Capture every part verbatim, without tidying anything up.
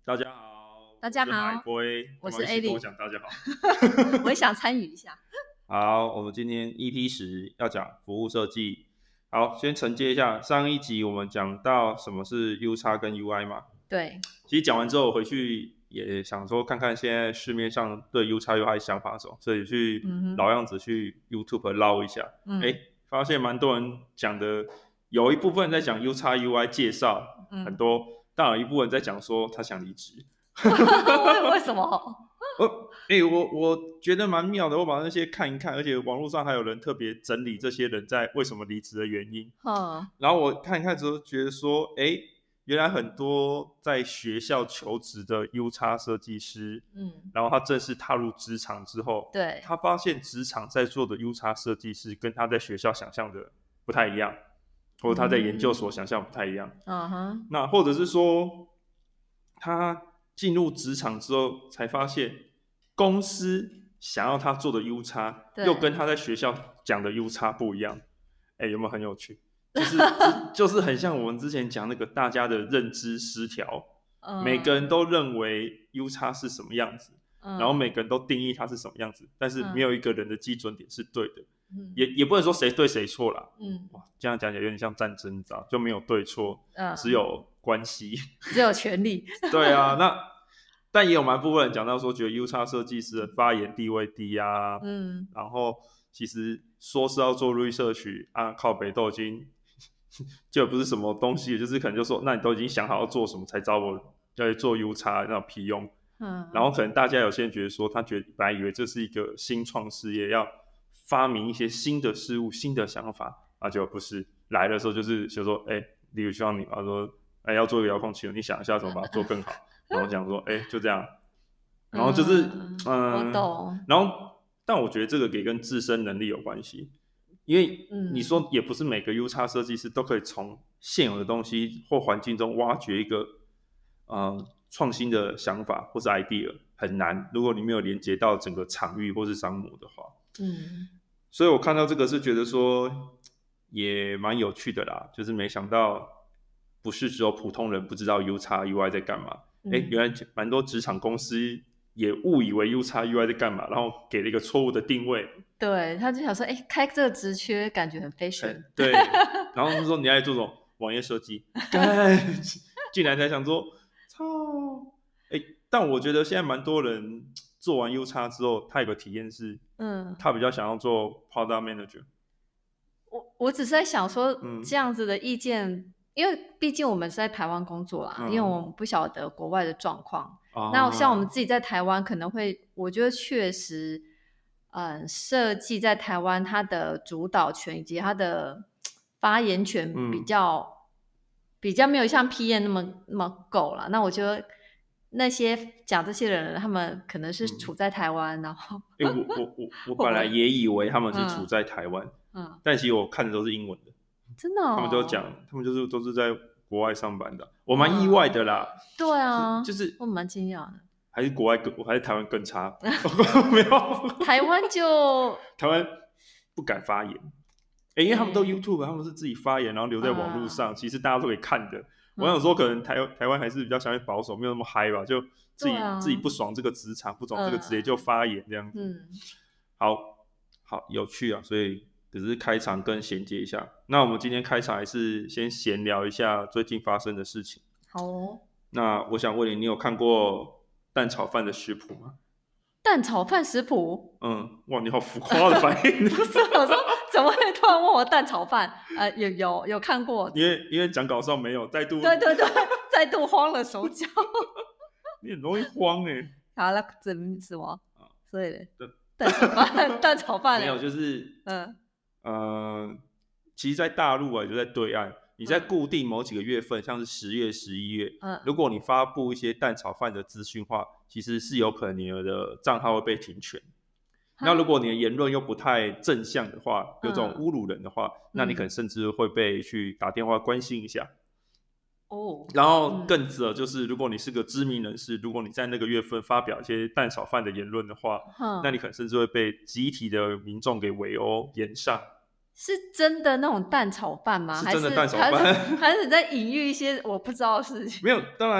大家好， 大家好， 我是海龟， 我是 A 跟我 Ellie 讲大家好。 我也想参与一下。 好，我们今天 E P 十要讲服务设计。好，先承接一下上一集我们讲到什么是 U X 跟 U I 嘛。 对， 其实讲完之后回去也想说看看现在市面上对 U X U I 想法是什么，所以去老样子去 YouTube 捞一下，哎、 嗯欸，发现蛮多人讲的，有一部分在讲 U X U I 介绍、嗯、很多，但有一部分在讲说他想离职。 为什么？ 我哎、欸，我我觉得蛮妙的，我把那些看一看，而且网络上还有人特别整理这些人在为什么离职的原因。嗯，然后我看一看之后觉得说，哎、欸，原来很多在学校求职的 U X 设计师，嗯，然后他正式踏入职场之后， 对， 他发现职场在做的 U X 设计师跟他在学校想象的不太一样，或者他在研究所想象不太一样。嗯哼，那或者是说他进入职场之后才发现公司想要他做的 U X 又跟他在学校讲的 U X 不一样。哎、欸，有没有很有趣？就是就是很像我们之前讲那个大家的认知失调、嗯、每个人都认为 U X 是什么样子、嗯、然后每个人都定义它是什么样子，但是没有一个人的基准点是对的、嗯、也, 也不能说谁对谁错啦、嗯、哇，这样讲起来有点像战争，你知道就没有对错、嗯、只有关系， 只有权利。 对啊，那但也有蛮部分人讲到说，觉得 U X 设计师的发言地位低啊，嗯，然后其实说是要做 research 啊，靠北都已经就不是什么东西，就是可能就说，那你都已经想好要做什么才找我要做 U X 那种屁用，嗯，然后可能大家有些人觉得说，他觉得本来以为这是一个新创事业，要发明一些新的事物、新的想法，啊，结果不是来的时候就是就说，哎、欸，例如希望你啊说，哎、欸，要做一个遥控器，你想一下怎么把它做更好。然后讲说，哎、欸，就这样，然后就是，嗯，嗯我懂。 然后，但我觉得这个也跟自身能力有关系，因为你说也不是每个 U X 设计师都可以从现有的东西或环境中挖掘一个，呃，创新的想法或是 idea， 很难。如果你没有连接到整个场域或是商模的话，嗯，所以我看到这个是觉得说也蛮有趣的啦，就是没想到不是只有普通人不知道 U X U I 在干嘛。哎、欸，原来蛮多职场公司也误以为 U X U I 在干嘛，然后给了一个错误的定位。 对，他就想说，哎、欸，开这个职缺感觉很 fashion、欸。 对，然后他说你爱做什么网页设计，竟然才想说，操！哎、欸，但我觉得现在蛮多人做完 U X 之后，他有个体验是，嗯，他比较想要做 Product Manager。 我我只是在想说，嗯、这样子的意见。因为毕竟我们是在台湾工作啦、嗯、因为我们不晓得国外的状况、啊、那像我们自己在台湾可能会，我觉得确实嗯，设计在台湾它的主导权以及它的发言权比较、嗯、比较没有像 P M 那么那么够啦。那我觉得那些讲这些人他们可能是处在台湾、嗯、然后欸、我我我我本来也以为他们是处在台湾、嗯嗯、但其实我看的都是英文的， 真的、哦、 他们都讲，他们就是都是在国外上班的，我蛮意外的啦。 对啊， 就是我蛮惊讶的。 还是国外更，还是台湾更差？没有， 台湾就台湾不敢发言，欸、因为他们都 YouTube，、欸、他们是自己发言，然后留在网絡上、嗯，其实大家都可以看的。我想說，可能台台灣還是比較相對保守，沒有那麼嗨吧，就自己、啊、自己不爽這個職場，不爽這個職業就發言這樣子。嗯，好好有趣啊，所以。只是開場跟銜接一下，那我們今天開場還是先閒聊一下最近發生的事情。 好哦。 那我想問你，你有看過蛋炒飯的食譜嗎？ 蛋炒飯食譜？ 嗯，哇，你好浮誇的反應。 不是，我說怎麼會突然問我蛋炒飯？呃，有有有看過。 因為因為講稿上沒有，再度。 對對對，再度慌了手腳。 你很容易慌哎。 好，那怎是嗎？所以蛋炒飯，蛋炒飯沒有，就是嗯。呃，其實在大陸啊，就在對岸，你在固定某幾個月份，嗯、像是十月、十一月、嗯，如果你發布一些蛋炒飯的資訊話，其實是有可能你的賬號會被停權。那如果你的言論又不太正向的話，有這種侮辱人的話、嗯，那你可能甚至會被去打電話關心一下。哦、然後更者就是，如果你是個知名人士，如果你在那個月份發表一些蛋炒飯的言論的話、嗯，那你可能甚至會被集體的民眾給圍毆炎上。 是真的那種蛋炒飯嗎？ 是真的蛋炒飯， 還是還是你在隱喻一些我不知道的事情？ 沒有，當然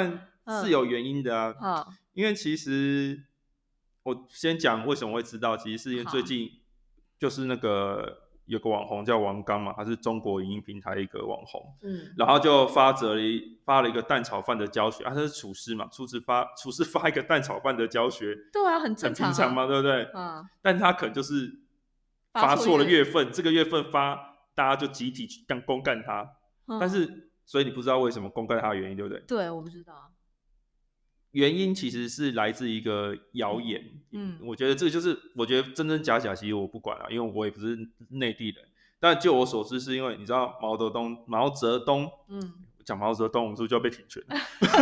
是有原因的啊。 嗯、 因为其实我先讲为什么会知道，其实是因为最近就是那个有个网红叫王刚嘛，他是中国影音平台一个网红，嗯，然后就发了一发了一个蛋炒饭的教学，啊，他是厨师嘛，厨师发厨师发一个蛋炒饭的教学， 对啊，很正常、啊， 很平常嘛，对不对？ 嗯， 但他可能就是发错了月份，这个月份发，大家就集体去干公干他，嗯、但是所以你不知道为什么公干他的原因，对不对？ 对，我不知道。 原因其实是来自一个谣言，嗯，我觉得这个就是我觉得真真假假，其实我不管了，因为我也不是内地人。但就我所知，是因为你知道毛泽东，毛泽东，嗯，讲毛泽东，我们是不是就要被停权？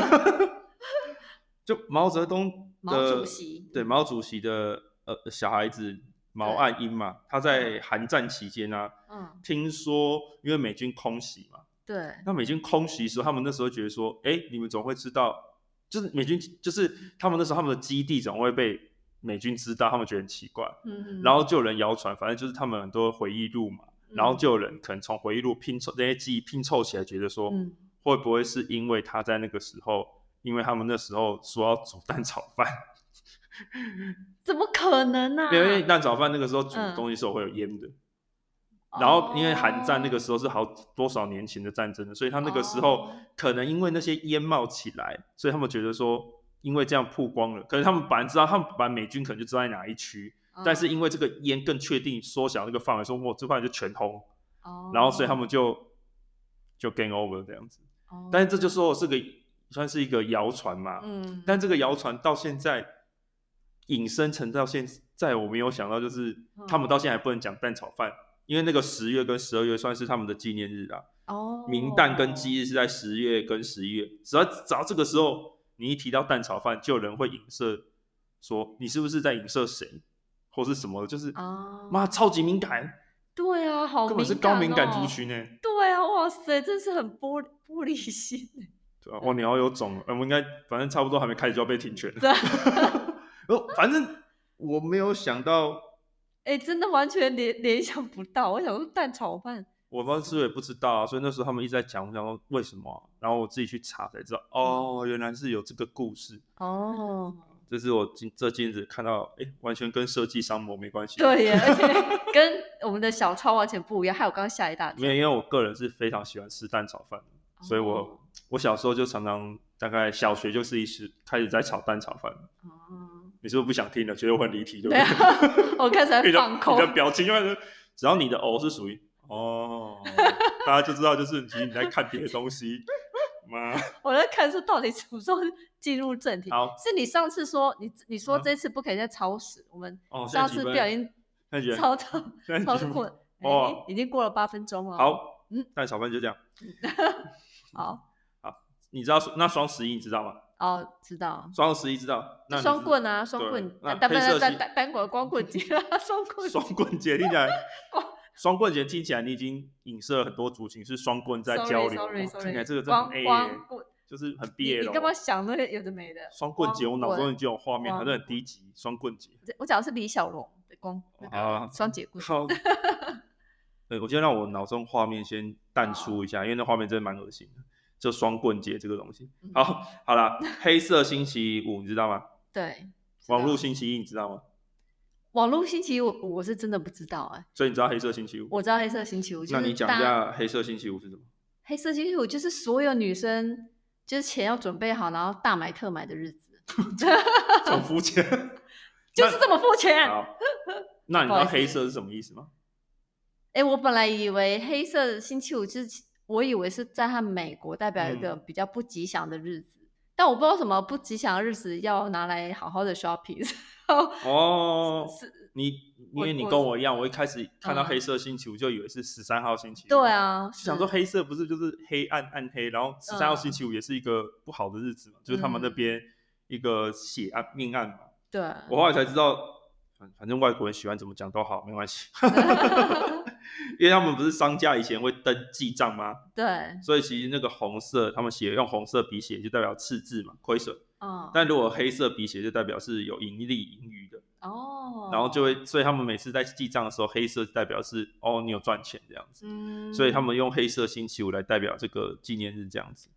就毛泽东的毛主席， 对毛主席的呃小孩子毛岸英嘛，他在韩战期间啊，嗯，听说因为美军空袭嘛， 对， 那美军空袭的时候，他们那时候觉得说，哎，你们总会知道。就是美军，就是他们那时候他们的基地总会被美军知道，他们觉得很奇怪，嗯，然后就有人谣传，反正就是他们很多回忆录嘛，嗯、然后就有人可能从回忆录拼凑这些记忆拼凑起来，觉得说、嗯、会不会是因为他在那个时候，因为他们那时候说要煮蛋炒饭， 怎么可能呢、啊？ 因为蛋炒饭那个时候煮的东西是会有烟的。嗯，然后因为韩战那个时候是好多少年前的战争的，所以他那个时候可能因为那些烟冒起来，所以他们觉得说，因为这样曝光了，可能他们本来知道，他们本来美军可能就知道在哪一区，但是因为这个烟更确定缩小那个范围，说我这块就全轰，然后所以他们就就 game over 这样子。但是这就说是个算是一个谣传嘛，嗯，但这个谣传到现在引申成到现在，我没有想到就是他们到现在还不能讲蛋炒饭。因为那个十月跟十二月算是他们的纪念日啊，哦，明旦跟鸡日是在十月跟十一月，只要只要这个时候你一提到蛋炒饭，就有人会影射说你是不是在影射谁，或是什么，就是妈、哦、超级敏感， 对啊，好敏感、哦， 根本是高敏感族群呢。 对啊，哇塞，真是很玻玻璃心。 对啊，哇，你要有种，我们应该反正差不多还没开始就要被停权了。反正我没有想到。 哎、欸，真的完全联联想不到。我想说蛋炒饭， 我当时也不知道啊，所以那时候他们一直在讲，我想说为什么、啊，然后我自己去查才知道，哦，原来是有这个故事。哦，这是我这阵子看到，哎、欸，完全跟设计商模没关系。 对耶，而且跟我们的小超完全不一样。还有刚刚吓一大跳。 没有，因为我个人是非常喜欢吃蛋炒饭的，哦、所以我我小时候就常常大概小学就是一直开始在炒蛋炒饭。哦。你是不是不想听了？觉得我很离题，对不对？ 我开始在放空。 你的表情，只要你的偶是属于哦，大家就知道，就是其实你在看别的东西。妈， 我在看是到底什么时候进入正题。好，是你上次说你你说这次不可以再超时，我们上次不小心超到超过，哦，已经过了八分钟了。 好，嗯，蛋炒饭就这样。 好， 好，你知道那双十一你知道吗？ 哦，知道。 双十一知道，那双棍啊，双棍， 那单单单单管光棍节啊，双棍。 双棍节听起来，双棍节听起来你已经影射了很多族群是双棍在交流，看起来这个真的很 A 耶，就是很 B A 了。你干嘛想那个有的没的？ 双棍节，我脑中已经有画面，还是很低级。双棍节， 我讲的是李小龙的光啊，双节棍。 对，我先让我脑中画面先淡出一下，因为那画面真的蛮恶心的。就双棍节这个东西，好，好啦，黑色星期五你知道吗？ 对， 网络星期一你知道吗？ 网络星期五我是真的不知道哎、欸。 所以你知道黑色星期五？ 我知道黑色星期五，就是、 那你讲一下黑色星期五是什么？ 黑色星期五就是所有女生就是钱要准备好，然后大买特买的日子。 这么肤浅， 就是这么肤浅。 好，那你知道黑色是什么意思吗？ 哎、欸，我本来以为黑色星期五就是。我以为是在他美国代表一个比较不吉祥的日子，嗯、但我不知道什么不吉祥的日子要拿来好好的 shopping。 哦，你因为你跟我一样，我一开始看到黑色星期五就以为是十三号星期五。 对啊， 想说黑色不是就是黑暗暗黑，然后十三号星期五也是一个不好的日子嘛，嗯、就是他们那边一个血案命案嘛。 对， 我后来才知道，反正外国人喜欢怎么讲都好，没关系。因为他们不是商家以前会登记账吗？ 对， 所以其实那个红色，他们写用红色笔写就代表赤字嘛，亏损。哦。但如果黑色笔写就代表是有盈利盈余的。哦。然后就会，所以他们每次在记账的时候，黑色代表是哦你有赚钱这样子。嗯。所以他们用黑色星期五来代表这个纪念日这样子。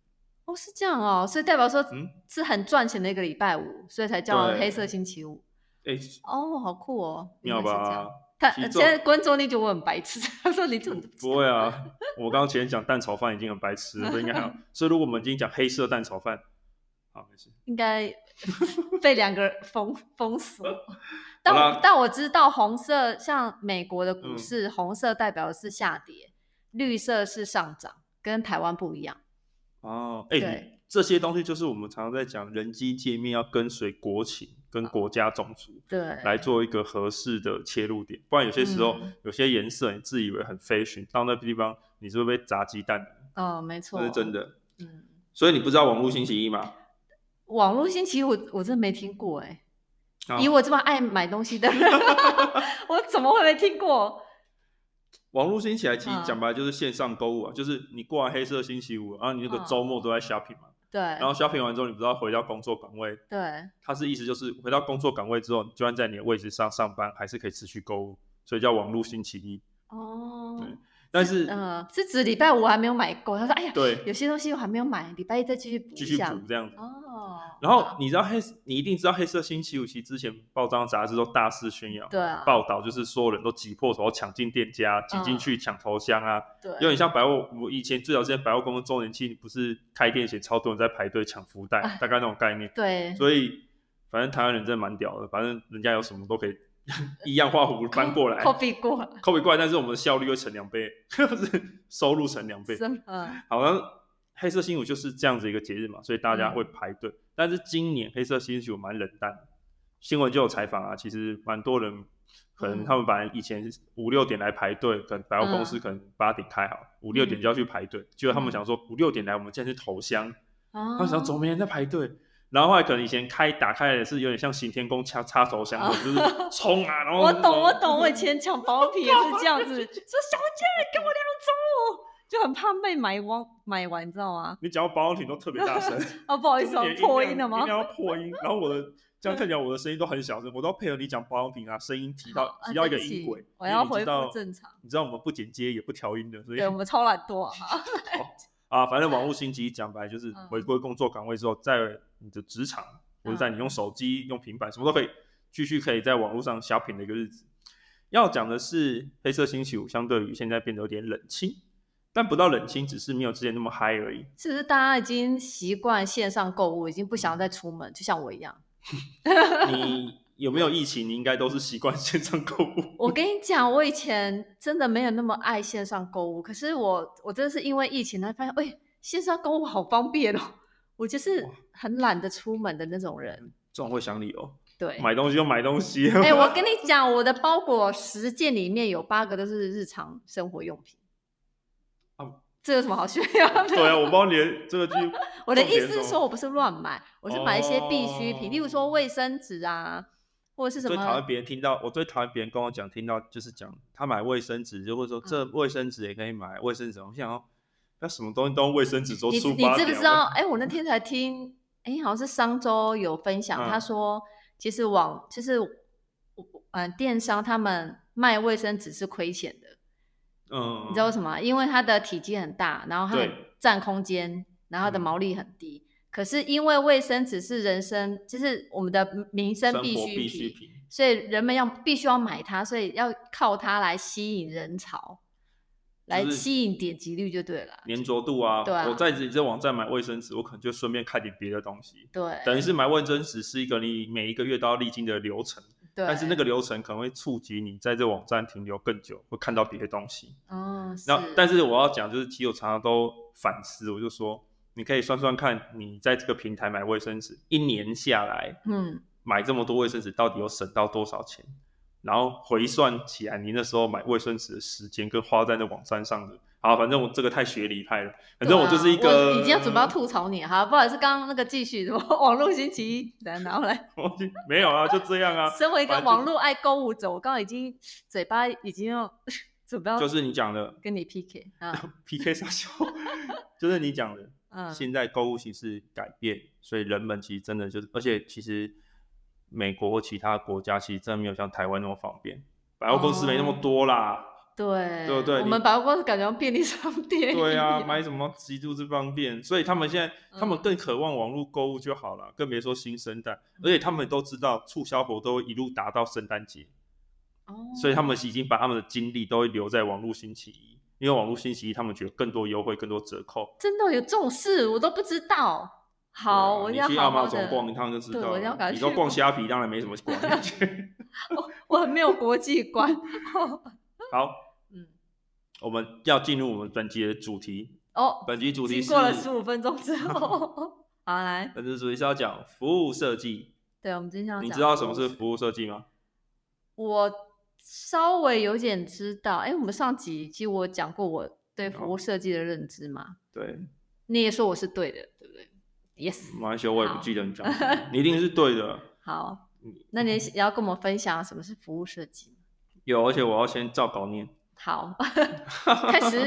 哦，是这样哦，所以代表说是很赚钱的一个礼拜五，所以才叫黑色星期五。 哎， 哦，好酷哦， 妙吧？ 他现在观众你觉得我很白痴，他说你怎么不会啊？我刚刚前面讲蛋炒饭已经很白痴了，所以应该还好。所以如果我们今天讲黑色蛋炒饭，好，没事， 应该被两个封封锁。但我但我知道红色，像美国的股市，嗯、红色代表的是下跌，绿色是上涨，跟台湾不一样。 哦，哎、欸，这些东西就是我们常常在讲人机界面要跟随国情跟国家种族， 对， 来做一个合适的切入点。不然有些时候、嗯、有些颜色你自以为很 fashion， 到那地方你是会被砸鸡蛋的。 哦，没错， 这是真的。嗯，所以你不知道网络星期一吗？ 网络星期一我我真的没听过哎、欸，哦、以我这么爱买东西的人，我怎么会没听过？ 网络星期来其实讲白了就是线上购物啊，嗯、就是你过完黑色星期五，然后你那个周末都在 shopping 嘛， 对、嗯， 然后 shopping 完之后，你不是要回到工作岗位， 对， 它是意思就是回到工作岗位之后，就算在你的位置上上班，还是可以持续购物，所以叫网络星期一。 哦， 对，但是嗯、呃，是指礼拜五还没有买够，他说哎呀， 对， 有些东西我还没有买，礼拜一再继续补一下， 继续补这样子。 哦， 然后你知道黑，你一定知道黑色星期五，其实之前报章杂志都大肆宣扬， 对啊， 报道就是所有人都挤破头抢进店家，挤进去抢头香啊， 对， 有点像百货。我以前最早之前百货公司周年庆，不是开店前超多人在排队抢福袋，大概那种概念。 对， 所以反正台湾人真的蛮屌的，反正人家有什么都可以一样画葫芦搬过来 ，copy 过来 ，copy 过来，但是我们的效率会成两倍，收入成两倍。 嗯， 好像黑色星期五就是这样子一个节日嘛，所以大家会排队。嗯、但是今年黑色星期五蛮冷淡的，新闻就有采访啊，其实蛮多人可能他们本来以前五六点来排队，可能百货公司可能八点开好，五六、嗯、点就要去排队，结果他们想说五六点来，我们现在去投香，嗯、他们想怎么没人在排队？然后后来可能以前开打开的是有点像行天宫插插头香的，哦、就是冲啊，然后我懂我懂，我以前抢保品也是这样子，说小姐给我两张。就很怕被买完，买完，你知道吗？ 你讲到保养品都特别大声哦，不好意思，我破音了吗？ 一定要破音，然后我的这样看起来我的声音都很小声，我都要配合你讲保养品啊，声音提到提到一个音轨， 我要恢复正常。 你知道我们不剪接也不调音的，所以对我们超懒惰啊。 啊，反正网络星期一讲白就是回归工作岗位之后，在你的职场或者在你用手机、用平板什么都可以继续可以在网络上shopping的一个日子。要讲的是黑色星期五相对于现在变得有点冷清。但不到冷清，只是没有之前那么嗨而已。 是不是大家已经习惯线上购物，已经不想再出门，就像我一样？ 你有没有疫情？你应该都是习惯线上购物。 我跟你讲，我以前真的没有那么爱线上购物，可是我我真的是因为疫情才发现，哎，线上购物好方便哦。我就是很懒得出门的那种人。 这种会想理由。 对， 买东西就买东西。 哎，我跟你讲，我的包裹十件里面有八个都是日常生活用品。这有什么好炫耀的？ 对啊，我帮你这个句。 我的意思是说，我不是乱买，我是买一些必需品，哦、例如说卫生纸啊，或者是什么。 最讨厌别人听到，我最讨厌别人跟我讲，听到就是讲他买卫生纸，就会说、嗯、这卫生纸也可以买，卫生纸。我想要，那什么东西都用卫生纸做出发。 你知不知道？哎，我那天才听，哎，好像是商周有分享，嗯、他说其实网就是嗯电商他们卖卫生纸是亏钱的。 嗯， 你知道为什么？因为它的体积很大，然后它占空间，然后它的毛利很低。嗯、可是因为卫生纸是人生，就是我们的民生必需 品, 必需品，所以人们要必须要买它，所以要靠它来吸引人潮，来吸引点击率就对了。 粘着度啊， 对啊， 我在自己这网站买卫生纸，我可能就顺便看点别的东西。 对， 等于是买卫生纸是一个你每一个月都要历经的流程。但是那个流程可能会触及你在这网站停留更久，会看到别的东西。 哦， 那但是我要讲就是，其实我常常都反思，我就说，你可以算算看，你在这个平台买卫生纸，一年下来，嗯，买这么多卫生纸，到底有省到多少钱？然后回算起来，你那时候买卫生纸的时间跟花在那网站上的。好，反正我这个太学理派了。反正我就是一个，啊、 我已经要准备要吐槽你哈，不好意思，刚刚那个继续什么网络星期一，来拿回来。 没有啊，就这样啊。 身为一个网络爱购物者，我刚刚已经嘴巴已经要准备要， 就是你讲的跟你 P K 啊 ，P K 啥笑？就是你讲的，嗯，现在购物形式改变，所以人们其实真的就是，而且其实美国或其他国家其实真的没有像台湾那么方便，百货公司没那么多啦。哦， 对对不对？ 我们百货公司感觉像便利商店。 对啊，买什么极度之方便，所以他们现在、嗯、他们更渴望网络购物就好了，更别说新生代，而且他们都知道促销活动一路打到圣诞节。哦，所以他们已经把他们的精力都会留在网络星期一，因为网络星期一他们觉得更多优惠更多折扣。 真的有这种事我都不知道。好、啊、我一定要好好的， 你去亚马逊逛一趟就知道了。 对，我一定要赶快去。 你都逛虾皮当然没什么逛我, 我很没有国际观。 好，嗯，我们要进入我们本集的主题哦。 本集主题是经过了十五分钟之后好，来， 本集主题是要讲服务设计。 对，我们今天要讲。 你知道什么是服务设计吗？ 我稍微有点知道，哎，我们上集其实我讲过我对服务设计的认知嘛。 哦、对， 你也说我是对的，对不对 ？Yes。 马来西亚我也不记得你讲什么，你一定是对的。 好，那你也要跟我们分享什么是服务设计？ 有，而且我要先照稿念。 好，开始。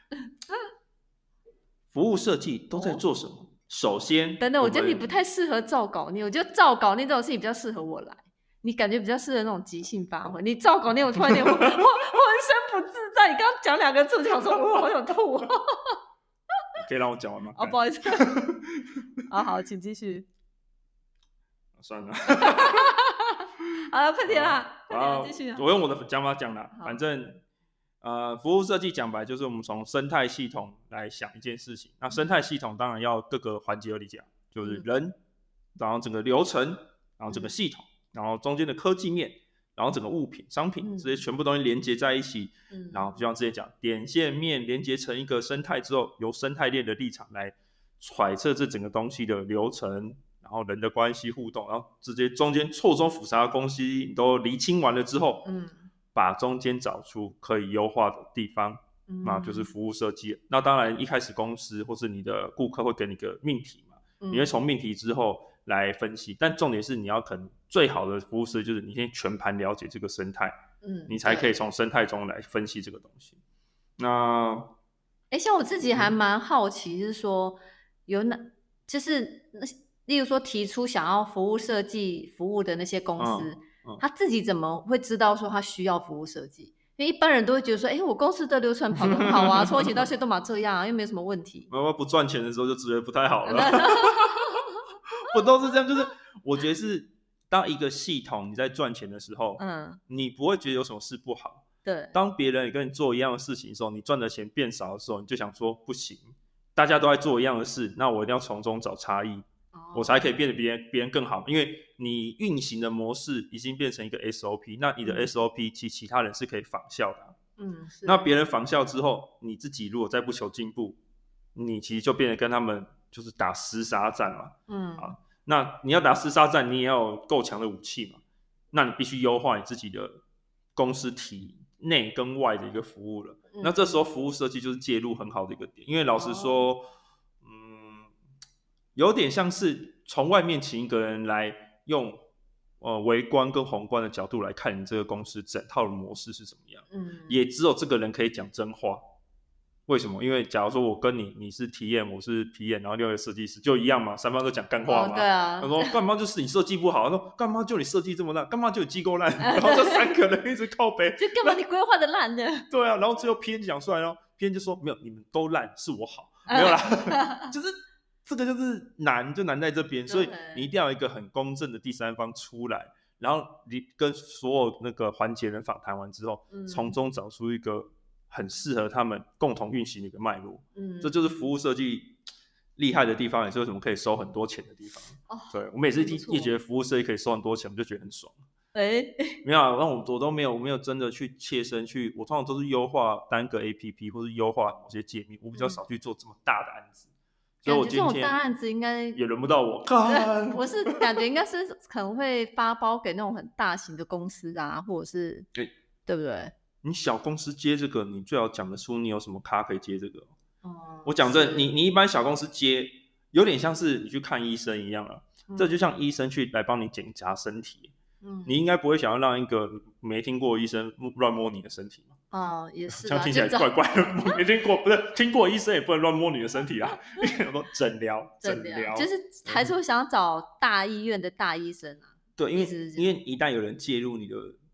服务设计都在做什么？哦、首先， 等等，我觉得你不太适合照稿念，我觉得照稿念这种事情比较适合我来。你感觉比较适合那种即兴发挥，你照稿念我突然间我我浑身不自在。你刚刚讲两个字，我想说我好想吐。 可以让我讲完吗？ 哦，不好意思。好好，请继续。 算了。 好了，快点啦，快点继续。 我用我的讲法讲啦，反正呃，服务设计讲白就是我们从生态系统来想一件事情。那生态系统当然要各个环节有理解，就是人，嗯、然后整个流程，然后整个系统。嗯，然后中间的科技面，然后整个物品、商品、嗯、这些全部东西连接在一起，嗯、然后就像之前讲，点线面连接成一个生态之后，由生态链的立场来揣测这整个东西的流程，然后人的关系互动，然后直接中间错综复杂的东西你都厘清完了之后，嗯、把中间找出可以优化的地方，嗯、那就是服务设计。那当然一开始公司或是你的顾客会给你个命题嘛，嗯、你会从命题之后来分析，但重点是你要可能最好的服务设计就是你先全盘了解这个生态，嗯，你才可以从生态中来分析这个东西。那， 哎，像我自己还蛮好奇，是说有哪，就是例如说提出想要服务设计服务的那些公司，嗯嗯、他自己怎么会知道说他需要服务设计？因为一般人都会觉得说，哎，我公司的流程跑得很好啊，从以前到现在都嘛这样啊，又没有什么问题。 妈妈不赚钱的时候就觉得不太好了。我都是这样，就是我觉得是当一个系统你在赚钱的时候，嗯，你不会觉得有什么事不好。 对。 当别人也跟你做一样的事情的时候，你赚的钱变少的时候，你就想说不行，大家都在做一样的事，那我一定要从中找差异，哦、我才可以变得比别人别人更好。因为你运行的模式已经变成一个 S O P， 那你的 S O P 其实其他人是可以仿效的、啊。嗯，是。那别人仿效之后，你自己如果再不求进步，你其实就变得跟他们。就是打厮杀战嘛，嗯，啊，那你要打厮杀战，你也要有够强的武器嘛，那你必须优化你自己的公司体内跟外的一个服务了。嗯、那这时候服务设计就是介入很好的一个点，因为老实说，哦、嗯，有点像是从外面请一个人来用呃微观跟宏观的角度来看你这个公司整套的模式是怎么样，嗯，也只有这个人可以讲真话。为什么？因为假如说我跟你，你是 T M， 我是 P M， 然后另外一个设计师，就一样嘛，三方都讲干话嘛。 哦、对啊。 他说干嘛就是你设计不好，他说干嘛就你设计这么烂，干嘛就你机构烂，然后这三个人一直靠北， 就干嘛你规划的烂的。 对啊，然后最后 P M 讲出来，然后 P M 就说没有，你们都烂，是我好，没有啦，就是这个就是难，就难在这边，所以你一定要有一个很公正的第三方出来，然后你跟所有那个环节人访谈完之后，嗯、从中找出一个。很适合他们共同运行的一个脉络，嗯，这就是服务设计厉害的地方，也是为什么可以收很多钱的地方。哦、对，我每次一一觉得服务设计可以收很多钱，我就觉得很爽。哎、欸，没有、啊，那我我都没有，我没有真的去切身去，我通常都是优化单个 A P P 或是优化某些界面，我比较少去做这么大的案子。嗯、所以我今天这种大案子应该也轮不到我。 我是感觉应该是可能会发包给那种很大型的公司啊，或者是、欸、对不对？ 你小公司接这个，你最好讲得出你有什么咖可以接这个。哦，我讲真，你你一般小公司接，有点像是你去看医生一样啊。嗯、这就像医生去来帮你检查身体，嗯，你应该不会想要让一个没听过的医生乱摸你的身体嘛？ 哦，也是、啊， 这样听起来怪怪的。我没听过，不是听过医生也不能乱摸你的身体啊。说诊疗，诊疗， 就是还是会想找大医院的大医生啊。 对，因为因为一旦有人介入你的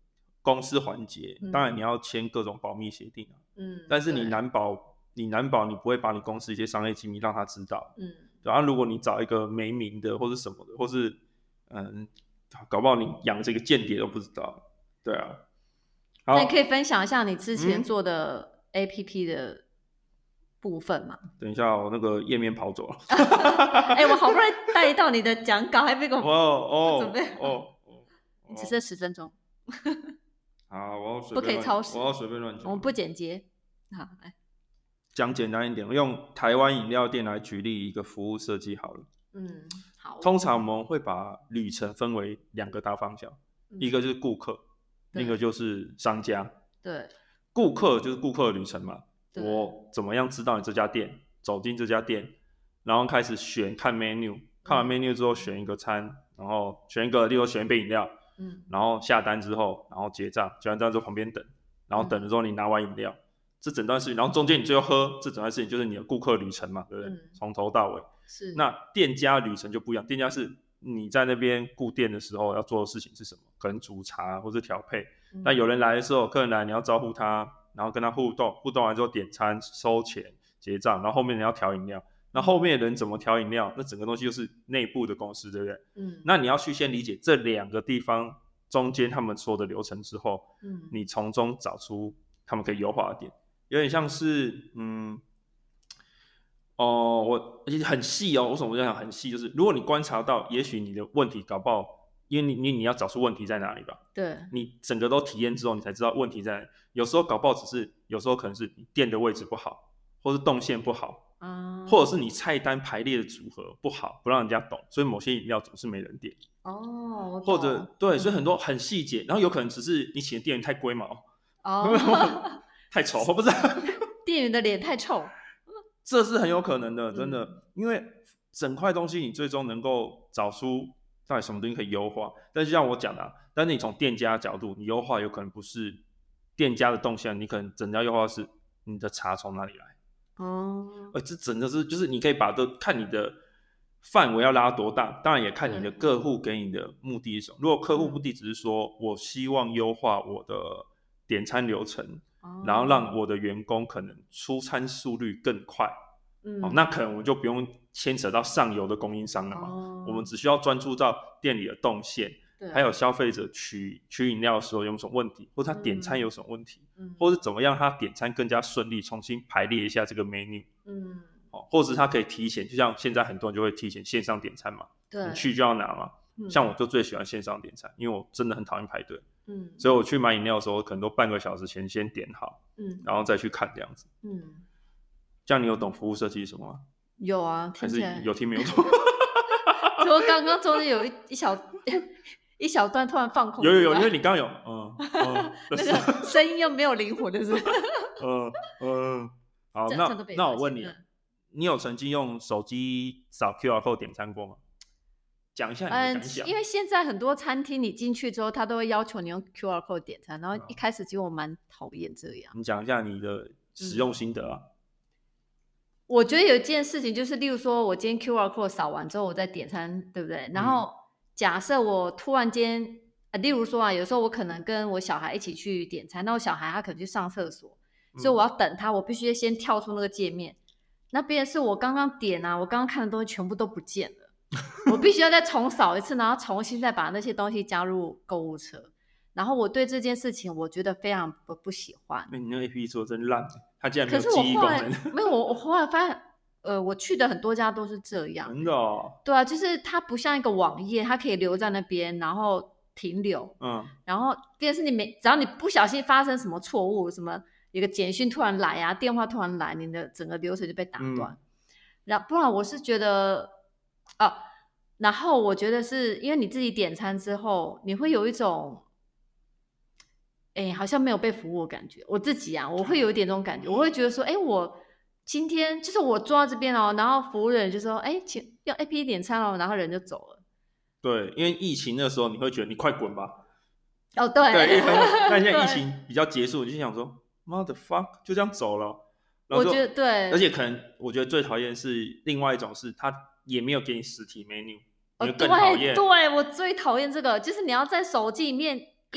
公司环节，嗯、当然你要签各种保密协定啊，嗯，但是你难保你难保你不会把你公司一些商业机密让他知道，嗯，然后如果你找一个没名的或是什么的，或是嗯，搞不好你养这个间谍都不知道，对啊。 那你可以分享一下你之前做的 A P P 的部分吗？ 嗯、等一下，我那个页面跑走了。 哎、欸，我好不容易带到你的讲稿，还没给我哦准备哦哦， 你只剩十分钟。 好，我要随便不可以超时， 我要随便乱讲， 我们不剪接。好，来讲简单一点，用台湾饮料店来举例一个服务设计好了。 嗯，好。 通常我们会把旅程分为两个大方向，嗯、一个就是顾客，另一个就是商家。 对， 顾客就是顾客的旅程嘛。我怎么样知道你这家店？走进这家店，然后开始选看 menu， 看完 menu 之后选一个餐，然后选一个，例如选一杯饮料，嗯，然后下单之后，然后结账，结完账之后旁边等，然后等了之后你拿完饮料，嗯、这整段事情，然后中间你最后喝，这整段事情就是你的顾客旅程嘛，对不对？从、嗯、头到尾。 是。 那店家旅程就不一样，店家是你在那边顾店的时候要做的事情是什么？可能煮茶或是调配。嗯、那有人来的时候，客人来你要招呼他，然后跟他互动，互动完之后点餐、收钱、结账，然后后面你要调饮料。那后面的人怎么调饮料？那整个东西就是内部的公司，对不对？嗯。那你要去先理解这两个地方中间他们所有的流程之后，嗯，你从中找出他们可以优化的点，有点像是，嗯，哦，我而且很细哦。为什么我这样讲很细？就是如果你观察到，也许你的问题搞不好，因为你你你要找出问题在哪里吧？ 对。 你整个都体验之后，你才知道问题在哪里。有时候搞不好只是，有时候可能是你店的位置不好，或是动线不好。嗯、或者是你菜单排列的组合不好，不让人家懂，所以某些饮料总是没人点。 哦， 或者对，所以很多很细节，然后有可能只是你请的店员太龟毛，哦，太丑，我不知道， 店员的脸太臭， 这是很有可能的，真的，嗯、因为整块东西你最终能够找出到底什么东西可以优化，但是像我讲的、啊，但是你从店家的角度，你优化有可能不是店家的动向，你可能整家优化是你的茶从哪里来。哦，呃，这真的是就是你可以把都看你的范围要拉多大，当然也看你的客户给你的目的是什么。如果客户目的只是说我希望优化我的点餐流程，哦、然后让我的员工可能出餐速率更快，嗯哦、那可能我们就不用牵扯到上游的供应商了嘛。哦、我们只需要专注到店里的动线。还有消费者取取饮料的时候有什么问题，或者他点餐有什么问题，嗯、或者怎么样他点餐更加顺利，重新排列一下这个 menu，嗯哦、或者他可以提前，就像现在很多人就会提前线上点餐嘛， 对， 你去就要拿嘛，嗯、像我就最喜欢线上点餐，因为我真的很讨厌排队，嗯，所以我去买饮料的时候可能都半个小时前先点好，嗯，然后再去看这样子，嗯，这样你有懂服务设计是什么吗？ 有啊，听起来还是有听没有懂？ 就刚刚中间有一一小一小段突然放空， 有有有，因为你刚刚有嗯嗯， 那个声音又没有灵魂的是， 嗯嗯，好，那那我问你，你有曾经用手机扫 Q R code 点餐过吗？讲一下你的感想。 嗯，因为现在很多餐厅你进去之后，他都会要求你用 Q R code 点餐，然后一开始其实我蛮讨厌这样。 你讲一下你的使用心得啊。嗯、 我觉得有一件事情就是，例如说我今天 Q R code 扫完之后，我再点餐，对不对？然后、嗯假设我突然间、呃，例如说啊，有时候我可能跟我小孩一起去点餐，那我小孩他可能去上厕所，嗯、所以我要等他，我必须先跳出那个界面。那边是我刚刚点啊，我刚刚看的东西全部都不见了，我必须要再重扫一次，然后重新再把那些东西加入购物车。然后我对这件事情我觉得非常不不喜欢。 那你那个 A P P 做真烂，它竟然没有记忆功能。 没有，我我后来发现。呃，我去的很多家都是这样， 真的哦。 对啊，就是它不像一个网页，它可以留在那边，然后停留，嗯，然后电视你没，只要你不小心发生什么错误，什么有个简讯突然来啊，电话突然来，你的整个流程就被打断。嗯、然后不然我是觉得，啊，然后我觉得是因为你自己点餐之后，你会有一种，哎，好像没有被服务的感觉。我自己啊，我会有一点这种感觉，我会觉得说，哎，我。今天就是我坐到这边哦，然后服务人就说：“哎，请用 A P P 点餐哦。”然后人就走了。 对，因为疫情的时候，你会觉得你快滚吧。 哦，对。 对，但现在疫情比较结束，你就想说 ，Mother fuck， 就这样走了。 我觉得对。 而且可能我觉得最讨厌是另外一种是，他也没有给你实体 menu， 哦， 你更讨厌。 对，对我最讨厌这个，就是你要在手机里面。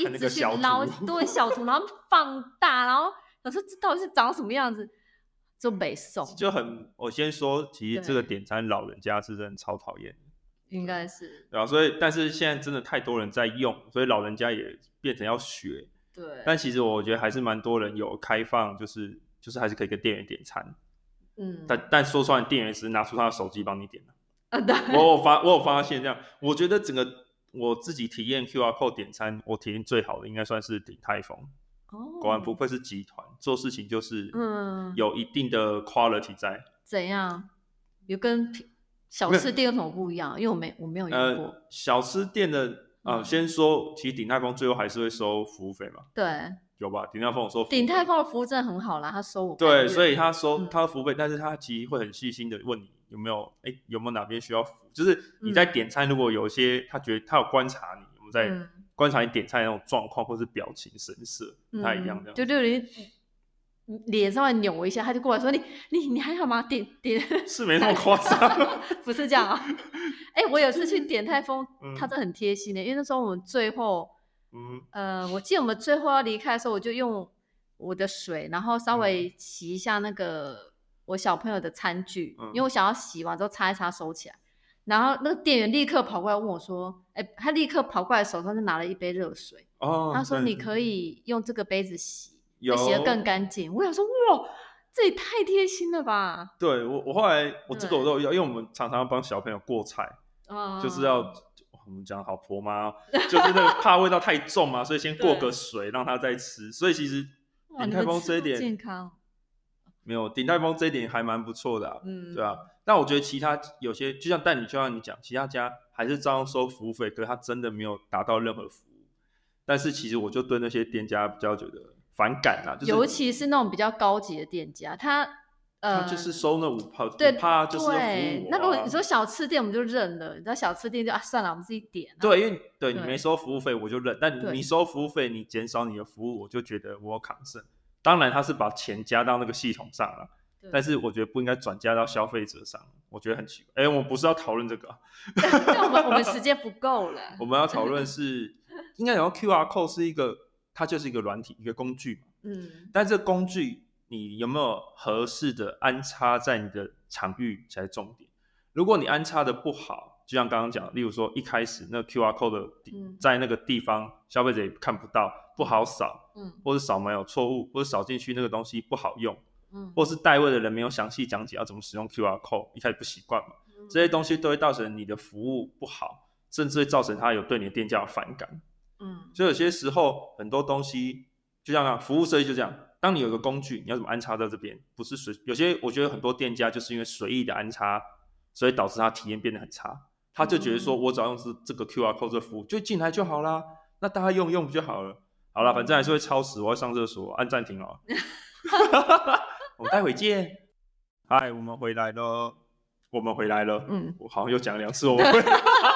一直去捞对小图，然后放大，然后我说这到底是长什么样子，就没送， 就很。我先说，其实这个点餐老人家是真的超讨厌的， 应该是对啊，所以但是现在真的太多人在用，所以老人家也变成要学。 对， 但其实我觉得还是蛮多人有开放，就是就是还是可以跟店员点餐。嗯，但但说出来，店员只是拿出他的手机帮你点了。 啊，对， 我有发我有发现这样，我觉得整个我自己体验 Q R code 点餐，我体验最好的应该算是鼎泰丰。哦，果然不愧是集团，做事情就是嗯有一定的 quality 在。 怎样？有跟小吃店有什么不一样？因为我没我没有用过。 呃，小吃店的啊、呃嗯，先说，其实鼎泰丰最后还是会收服务费嘛。 对。 有吧？鼎泰丰有收服务费。 鼎泰丰的服务真的很好啦，他收我。 对，所以他收他的服务费、嗯，但是他其实会很细心的问你有没有，哎，有没有哪边需要服务？就是你在点餐，如果有一些他觉得他有观察你，我们在观察你点餐的那种状况或是表情神色，不太一样这样。 就就连脸稍微扭一下，他就过来说：“你你你还好吗？点点是没那么夸张， 不是这样啊。”哎，我有一次去点泰丰，嗯、他真的很贴心的，因为那时候我们最后。嗯，呃，我记得我们最后要离开的时候，我就用我的水，然后稍微洗一下那个我小朋友的餐具，嗯、因为我想要洗完之后擦一擦收起来。然后那个店员立刻跑过来问我说：“哎，他立刻跑过来手上就拿了一杯热水，哦、他说你可以用这个杯子洗，会洗得更干净。”我想说，哇，这也太贴心了吧！ 对我，我后来我这个我都有，因为我们常常帮小朋友过菜，嗯、就是要。我们讲好婆妈，就是那个怕味道太重嘛，所以先过个水让他再吃。所以其实鼎泰丰这一点健康没有，鼎泰丰这一点还蛮不错的、啊，嗯，对啊。但我觉得其他有些，就像但你就像你讲，其他家还是照样收服务费，可是他真的没有达到任何服务。但是其实我就对那些店家比较觉得反感啦，就是、 尤其是那种比较高级的店家，他。 呃，他就是收那五趴， 对， 趴就是服务、啊。 那如果你说小吃店，我们就认了。你知道小吃店就啊，算了，我们自己点、啊。 对，因为对你没收服务费，我就认。但你收服务费，你减少你的服务，我就觉得我有抗胜。当然，他是把钱加到那个系统上了，但是我觉得不应该转嫁到消费者上。我觉得很奇怪。哎，我们不是要讨论这个、啊， 我们我们时间不够了。 我们要讨论是应该有 Q R code 是一个，它就是一个软体，一个工具嘛。嗯。但这个工具。你有没有合适的安插在你的场域才是重点。如果你安插的不好，就像刚刚讲，例如说一开始那 Q R code 的、嗯、在那个地方消费者也看不到，不好扫，嗯，或者扫码有错误，或者扫进去那个东西不好用，嗯，或是代位的人没有详细讲解要怎么使用 Q R code， 一开始不习惯嘛，嗯、这些东西都会造成你的服务不好，甚至会造成他有对你的店家有反感，嗯，所以有些时候很多东西就像服务设计就这样。当你有一个工具，你要怎么安插到这边？不是随有些，我觉得很多店家就是因为随意的安插，所以导致他体验变得很差。他就觉得说，我只要用这个 Q R code 这服务就进来就好啦，那大家用用不就好了？好啦，反正还是会超时，我要上厕所，按暂停哦。我们待会见。嗨，我们回来了，我们回来了。嗯，我好像又讲两次我们回来。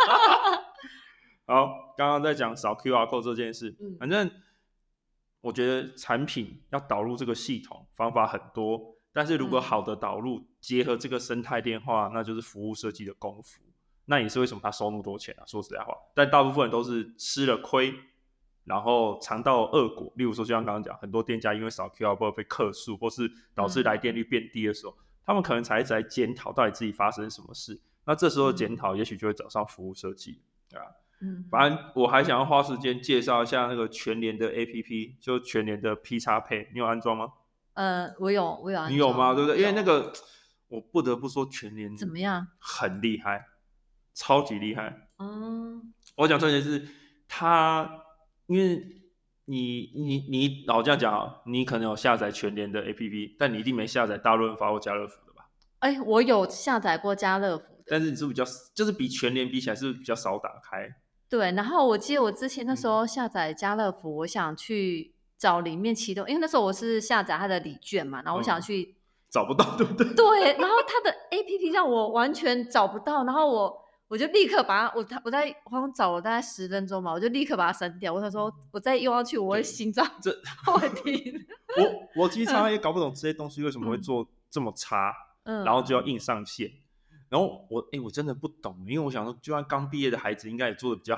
好，刚刚在讲扫 Q R code 这件事，嗯、反正。我觉得产品要导入这个系统方法很多，但是如果好的导入、嗯、结合这个生态链化，那就是服务设计的功夫。那也是为什么他收那么多钱啊？说实在话，但大部分人都是吃了亏，然后尝到恶果。例如说，就像刚刚讲，很多店家因为扫 Q R code 被客诉，或是导致来电率变低的时候，嗯、他们可能才一直在检讨到底自己发生什么事。那这时候检讨，也许就会找上服务设计，对吧？嗯，反正我还想要花时间介绍一下那个全联的 A P P， 就全联的 P X Pay， 你有安装吗？ 呃，我有，我有安装。 你有吗？对不对？因为那个，我不得不说全联怎么样？ 很厉害，超级厉害。嗯，我讲重点是，它，因为你你你老这样讲，你可能有下载全联的 A P P， 但你一定没下载大润发或家乐福的吧？ 哎，我有下载过家乐福的， 但是你是比较，就是比全联比起来是比较少打开。 对，然后我记得我之前那时候下载家乐福、嗯，我想去找里面启动，因为那时候我是下载它的礼券嘛，然后我想去、 嗯、找不到，对不对？ 对，然后它的 A P P 让我完全找不到，然后我我就立刻把它，我我在我好像找了大概十分钟嘛，我就立刻把它删掉。我想说，我再用上去，我会心脏这会停。 我我其实常常也搞不懂这些东西为什么会做这么差，嗯、然后就要硬上线。然后我哎，我真的不懂，因为我想说，就算刚毕业的孩子应该也做的比较好吧。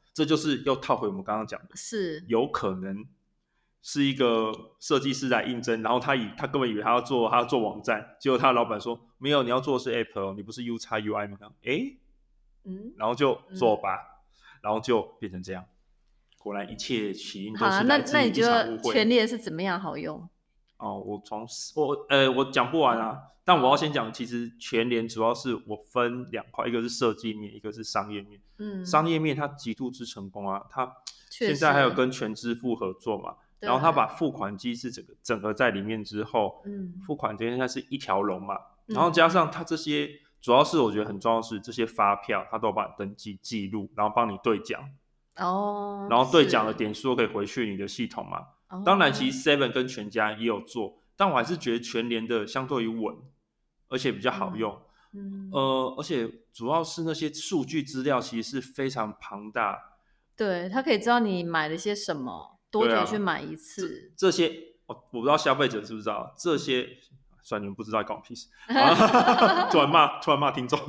这就是又套回我们刚刚讲的， 是有可能是一个设计师来应征，然后他以他根本以为他要做他要做网站，结果他的老板说没有，你要做的是 App 哦，你不是 U X U I 吗？哎，嗯，然后就做吧，嗯、然后就变成这样。果然一切起因都是来自于一场误会。 好、啊、那那你觉得全联是怎么样好用？ 哦，我从我呃我讲不完啊，但我要先讲，其实全联主要是我分两块，一个是设计面，一个是商业面。嗯，商业面它极度之成功啊，它现在还有跟全支付合作嘛，然后它把付款机制整个整合在里面之后，嗯，付款这现在是一条龙嘛，然后加上它这些，主要是我觉得很重要的是这些发票，它都有帮你登记记录，然后帮你兑奖。哦，然后兑奖的点数可以回去你的系统嘛。哦、当然，其实 Seven 跟全家也有做，但我还是觉得全联的相对于稳，而且比较好用。嗯，呃，而且主要是那些数据资料其实是非常庞大。 对，他可以知道你买了些什么，多久去买一次。啊、 这, 这些我不知道消费者知不知道，这些算你们不知道，关我屁事。突然骂，突然骂听众。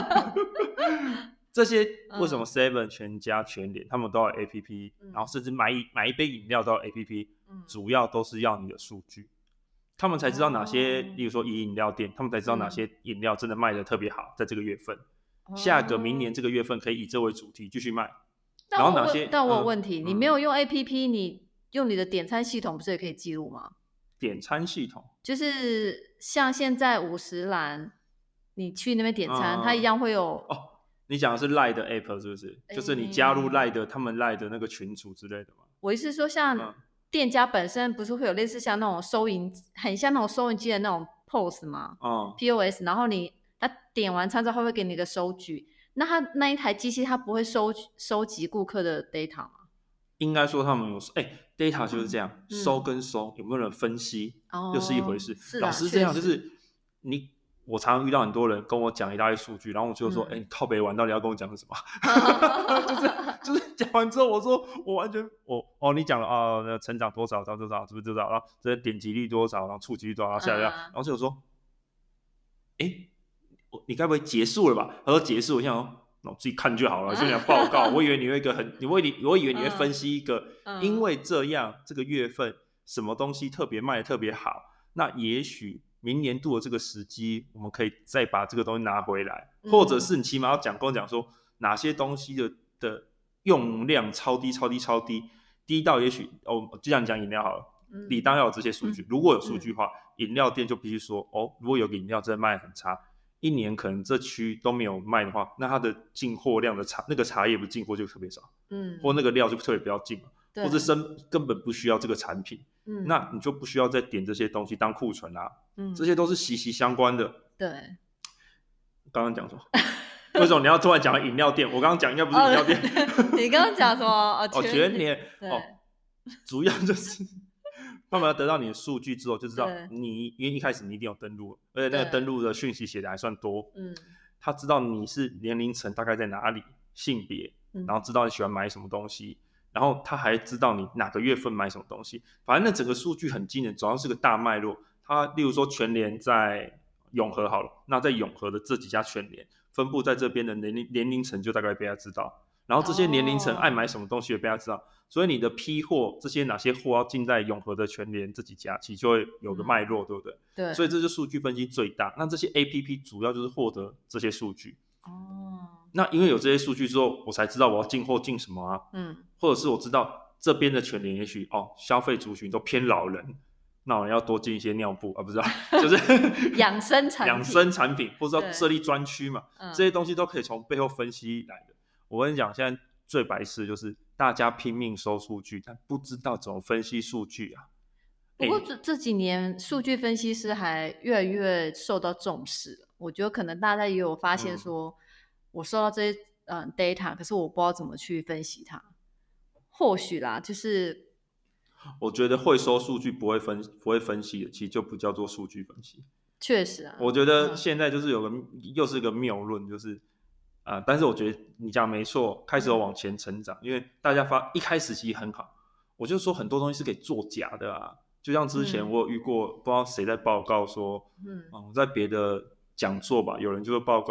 这些为什么 Seven、嗯、全家、全联他们都要 A P P，、嗯、然后甚至买一买一杯饮料都要 A P P，、嗯、主要都是要你的数据，他们才知道哪些，哦、例如说以饮料店，他们才知道哪些饮料真的卖的特别好，在这个月份，嗯、下个明年这个月份可以以这为主题继续卖。然后哪些？ 但我有问题，嗯、你没有用 A P P， 你用你的点餐系统不是也可以记录吗？ 点餐系统就是像现在五十栏，你去那边点餐，嗯、它一样会有哦。你讲的是 Line 的 App 是不是？欸、就是你加入 Line 的他们 Line 的那个群组之类的吗？ 我意思是说，像店家本身不是会有类似像那种收银，很像那种收银机的那种 P O S 吗？嗯 ，P O S， 然后你他点完餐之后，他会给你一个收据。那他那一台机器，它不会收收集顾客的 data 吗？ 应该说他们有，哎、欸、，data 就是这样，嗯、收跟收有没有人分析，哦、又是一回事。 是老师这样就是你。我常常遇到很多人跟我讲一大堆数据，然后我就说：“哎、嗯欸，你靠北玩到底要跟我讲什么？”就是就是讲完之后，我说我完全我哦，你讲了啊，那成长多少到多少，是不是多少？然后这点击率多少，然后触及率多少，然后下来，然后就我说：“哎、欸，你该不会结束了吧？”他说：“结束。”我想说，那我自己看就好了，就讲报告。我以为你会一个很，你会你我以为你会分析一个，嗯、因为这样这个月份什么东西特别卖的特别好，那也许。明年度的这个时机，我们可以再把这个东西拿回来，嗯、或者是你起码要讲跟我讲说哪些东西 的, 的用量超低、超低、超低，低到也许哦，就像你讲饮料好了，嗯、理当要有这些数据。嗯、如果有数据的话，饮、嗯、料店就必须说哦，如果有个饮料真的卖得很差，一年可能这区都没有卖的话，那它的进货量的茶那个茶叶不进货就特别少，嗯，或那个料就特别不要进嘛，或者生根本不需要这个产品。嗯、那你就不需要再点这些东西当库存啦、啊，嗯，这些都是息息相关的。 对， 刚刚讲什么？为什么你要突然讲饮料店？我刚刚讲应该不是饮料店。 哦、你刚刚讲什么？哦， 全年哦，主要就是他们要得到你的数据之后，就知道你，因为一开始你一定有登录，而且那个登录的讯息写的还算多，嗯，他知道你是年龄层大概在哪里，性别，然后知道你喜欢买什么东西。然后他还知道你哪个月份买什么东西，反正那整个数据很惊人，主要是个大脉络。他例如说全联在永和好了，那在永和的这几家全联分布在这边的年龄年龄层就大概被他知道，然后这些年龄层爱买什么东西也被他知道，哦、所以你的批货这些哪些货要进在永和的全联这几家，其实就会有个脉络，嗯、对不对？ 对， 所以这是数据分析最大。那这些 A P P 主要就是获得这些数据。哦。那因为有这些数据之后，我才知道我要进货进什么啊，嗯，或者是我知道这边的全联也许哦消费族群都偏老人，那我要多进一些尿布啊，不知道，就是养生产品， 养生产品，或者要设立专区嘛，这些东西都可以从背后分析来的。我跟你讲，现在最白痴就是大家拼命收数据，但不知道怎么分析数据啊。 不过这这几年数据分析师还越来越受到重视，我觉得可能大家也有发现说。嗯我收到这些、呃、data， 可是我不知道怎么去分析它。或许啦，就是我觉得会收数据不会分不会分析的，其实就不叫做数据分析。 确实啊， 我觉得现在就是有个、嗯、又是个谬论，就是啊、呃，但是我觉得你讲没错，开始有往前成长，嗯、因为大家发一开始其实很好，我就说很多东西是可以作假的啊。就像之前我有遇过，嗯、不知道谁在报告说，嗯，啊、我在别的讲座吧，有人就会报告。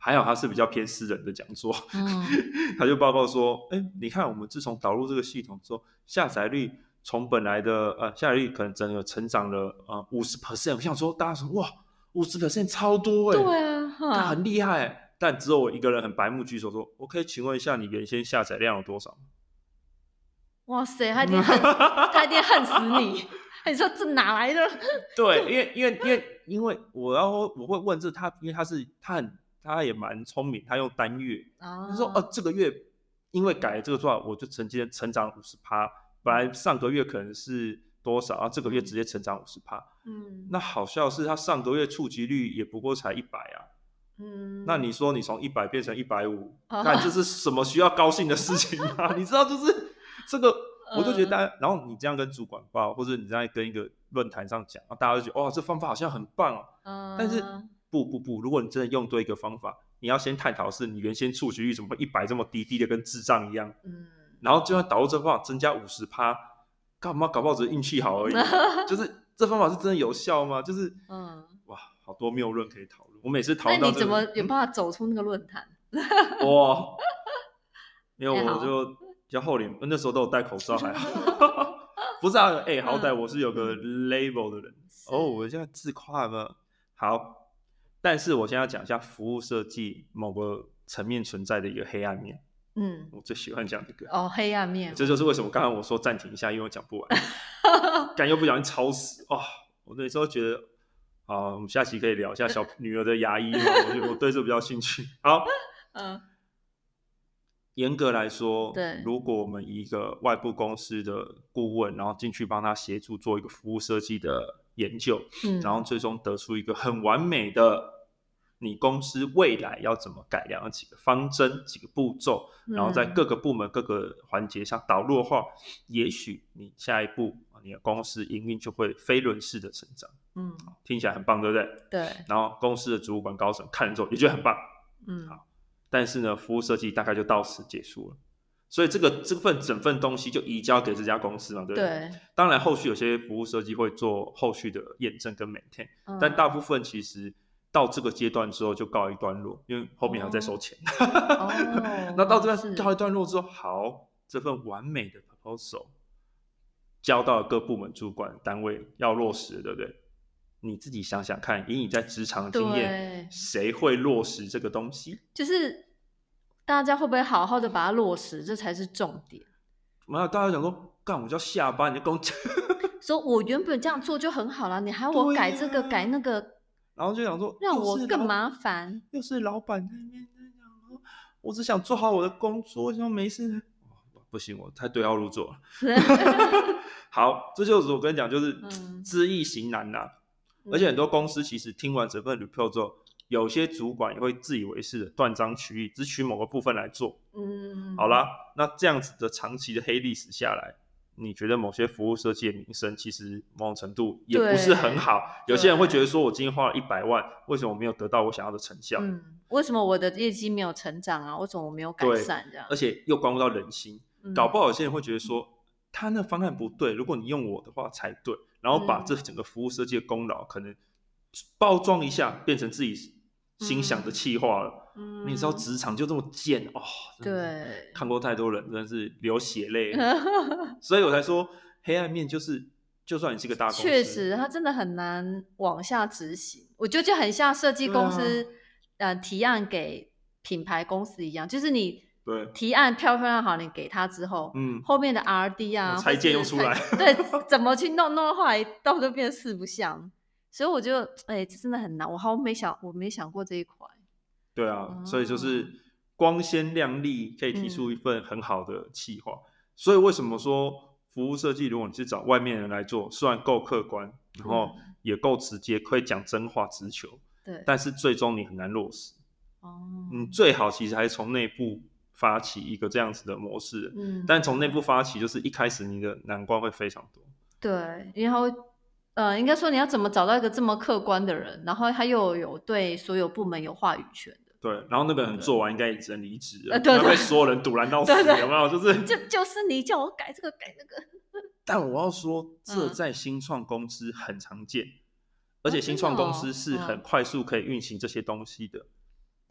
还好他是比较偏私人的讲座，嗯、他就报告说，哎，你看我们自从导入这个系统之后，下载率从本来的呃下载率可能整个成长了呃五十 percent， 我想说大家说哇五十 percent 超多哎、欸， 对啊， 他很厉害、欸，但只有我一个人很白目举手说，我可以请问一下你原先下载量有多少？ 哇塞，他一定恨他一定恨死你。你说这哪来的？ 对，因为因为因为因为我要我会问这他，因为他是他很他也蛮聪明，他用单月，哦、他说哦、呃、这个月因为改了这个做法，我就直接成长 百分之五十， 本来上个月可能是多少，然后这个月直接成长 百分之五十。嗯，那好笑是他上个月触及率也不过才一百啊。嗯，那你说你从一百变成一百五十，看这是什么需要高兴的事情吗？你知道就是这个。我就觉得大家，然后你这样跟主管报，或者你这样跟一个论坛上讲，大家就觉得哇，这方法好像很棒哦。嗯、但是不不不，如果你真的用对一个方法，你要先探讨是你原先触及率怎么会一百这么低，低的跟智障一样。嗯。然后就算导入这方法增加 百分之五十， 干嘛搞不好只是运气好而已。就是这方法是真的有效吗？就是嗯，哇，好多谬论可以讨论。我每次讨论到、这个， 那你怎么有办法走出那个论坛？ 哇，因为我就。比较厚脸，那时候都有戴口罩还好。不是啊，哎、欸，好歹我是有个 label 的人、嗯、哦，我现在自夸了。好，但是我现在要讲一下服务设计某个层面存在的一个黑暗面。嗯，我最喜欢讲这个哦，黑暗面。 这就是为什么刚刚我说暂停一下，因为我讲不完，干又不小心超时哦。我那时候觉得，啊，我们下期可以聊一下小女儿的牙医嘛，我我对这比较兴趣。好，嗯。严格来说，如果我们以一个外部公司的顾问，然后进去帮他协助做一个服务设计的研究、嗯、然后最终得出一个很完美的你公司未来要怎么改良的几个方针、几个步骤，然后在各个部门、各个环节上导入的话，也许你下一步你的公司营运就会飞轮式的成长。嗯，听起来很棒，对不对？ 对。 然后公司的主管高层看了之后也觉得很棒。嗯，好。但是呢，服务设计大概就到此结束了，所以这个这份整份东西就移交给这家公司嘛，对不对？对。当然，后续有些服务设计会做后续的验证跟 maintain，、嗯、但大部分其实到这个阶段之后就告一段落，因为后面还要再收钱。哦、那到这边告一段落之后，好，这份完美的 proposal 交到各部门主管单位要落实，对不对？你自己想想看，以你在职场的经验，谁会落实这个东西？ 就是大家会不会好好的把它落实，这才是重点。 那大家想说，干我就要下班，你就跟我讲， 说我原本这样做就很好了，你还要我改这个、啊、改那个， 然后就想说， 让我更麻烦。 又是老板在那边讲，我只想做好我的工作，为什么没事？不行，我太对号入座了。好，这就是我跟你讲，就是知易行难呐、啊。而且很多公司其实听完整份 report 之后，有些主管也会自以为是的断章取义，只取某个部分来做。嗯，好啦，那这样子的长期的黑历史下来，你觉得某些服务设计的名声其实某种程度也不是很好。有些人会觉得说，我今天花了一百万，为什么我没有得到我想要的成效？ 嗯，为什么我的业绩没有成长啊？为什么我没有改善？这样， 而且又关乎到人心。嗯、搞不好有些人会觉得说，他那方案不对，如果你用我的话才对。然后把这整个服务设计的功劳可能包装一下，变成自己心想的企划了。嗯、你知道职场就这么贱哦， 对， 看过太多人真的是流血泪，所以我才说黑暗面就是，就算你是一个大公司， 确实它真的很难往下执行。我觉得就很像设计公司、啊、呃提案给品牌公司一样，就是你。 对， 提案漂漂亮好，你给他之后，嗯，后面的 R D 啊， 拆件又出来， 对，怎么去弄弄的话，到都变四不像，所以我觉得，哎、欸，这真的很难，我好没想，我没想过这一块。 对啊，哦、所以就是光鲜亮丽可以提出一份很好的企划、嗯，所以为什么说服务设计，如果你是找外面人来做，虽然够客观，然后也够直接，可以讲真话直球， 对， 但是最终你很难落实。哦，嗯，最好其实还是从内部发起一个这样子的模式，嗯，但从内部发起，就是一开始你的难关会非常多。 对，然后呃，应该说你要怎么找到一个这么客观的人，然后他又有对所有部门有话语权的。 对，然后那个人做完应该也只能离职了，对，被所有人堵拦到死，有没有？就是就就是你叫我改这个改那个。 但我要说，这在新创公司很常见，嗯、而且新创公司是很快速可以运行这些东西的。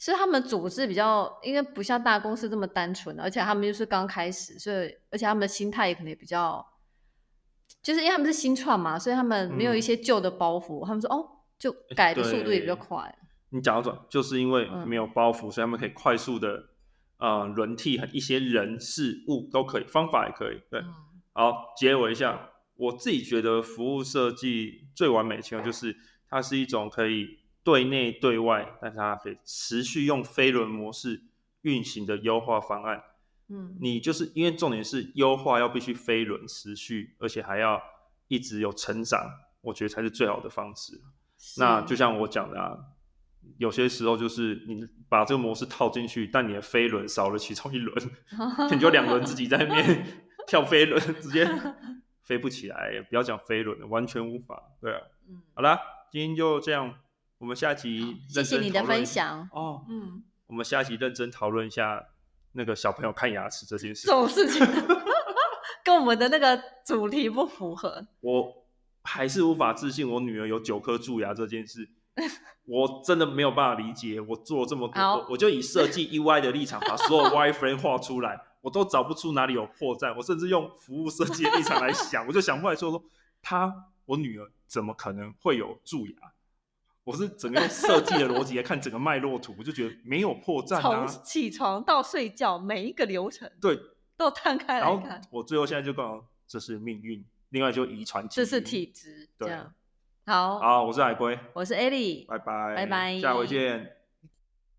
是他们组织比较，因为不像大公司这么单纯，而且他们就是刚开始，所以而且他们的心态也可能也比较，就是因为他们是新创嘛，所以他们没有一些旧的包袱，嗯、他们说哦，就改的速度也比较快。 你讲到转，就是因为没有包袱，嗯、所以他们可以快速的呃轮替一些人事物都可以，方法也可以。对，嗯、好，结尾一下，我自己觉得服务设计最完美的情况就是它是一种可以对内对外，但是它可以持续用飞轮模式运行的优化方案。嗯，你就是因为重点是优化要必须飞轮持续，而且还要一直有成长，我觉得才是最好的方式。那就像我讲的啊，有些时候就是你把这个模式套进去，但你的飞轮少了其中一轮，你就两轮自己在那边跳飞轮，直接飞不起来，不要讲飞轮，完全无法。对啊，嗯、好啦，今天就这样，我们下集谢谢你的分享哦。嗯，我们下集认真讨论一下那个小朋友看牙齿这件事， 这种事情跟我们的那个主题不符合。 我还是无法置信我女儿有九颗蛀牙这件事。我真的没有办法理解，我做了这么多，我, 我就以设计 U I 的立场把所有 wireframe 画出来，我都找不出哪里有破绽。我甚至用服务设计的立场来想，我就想不来说说她我女儿怎么可能会有蛀牙？我是整个用设计的逻辑来看整个脉络图，我就觉得没有破绽啊。 从起床到睡觉每一个流程， 对， 都摊开来看。 然后我最后现在就告诉这是命运，另外就遗传基因， 这是体质， 对。 这样好， 好，我是海龟， 我是 Ellie， 拜拜， 拜拜， 下回见。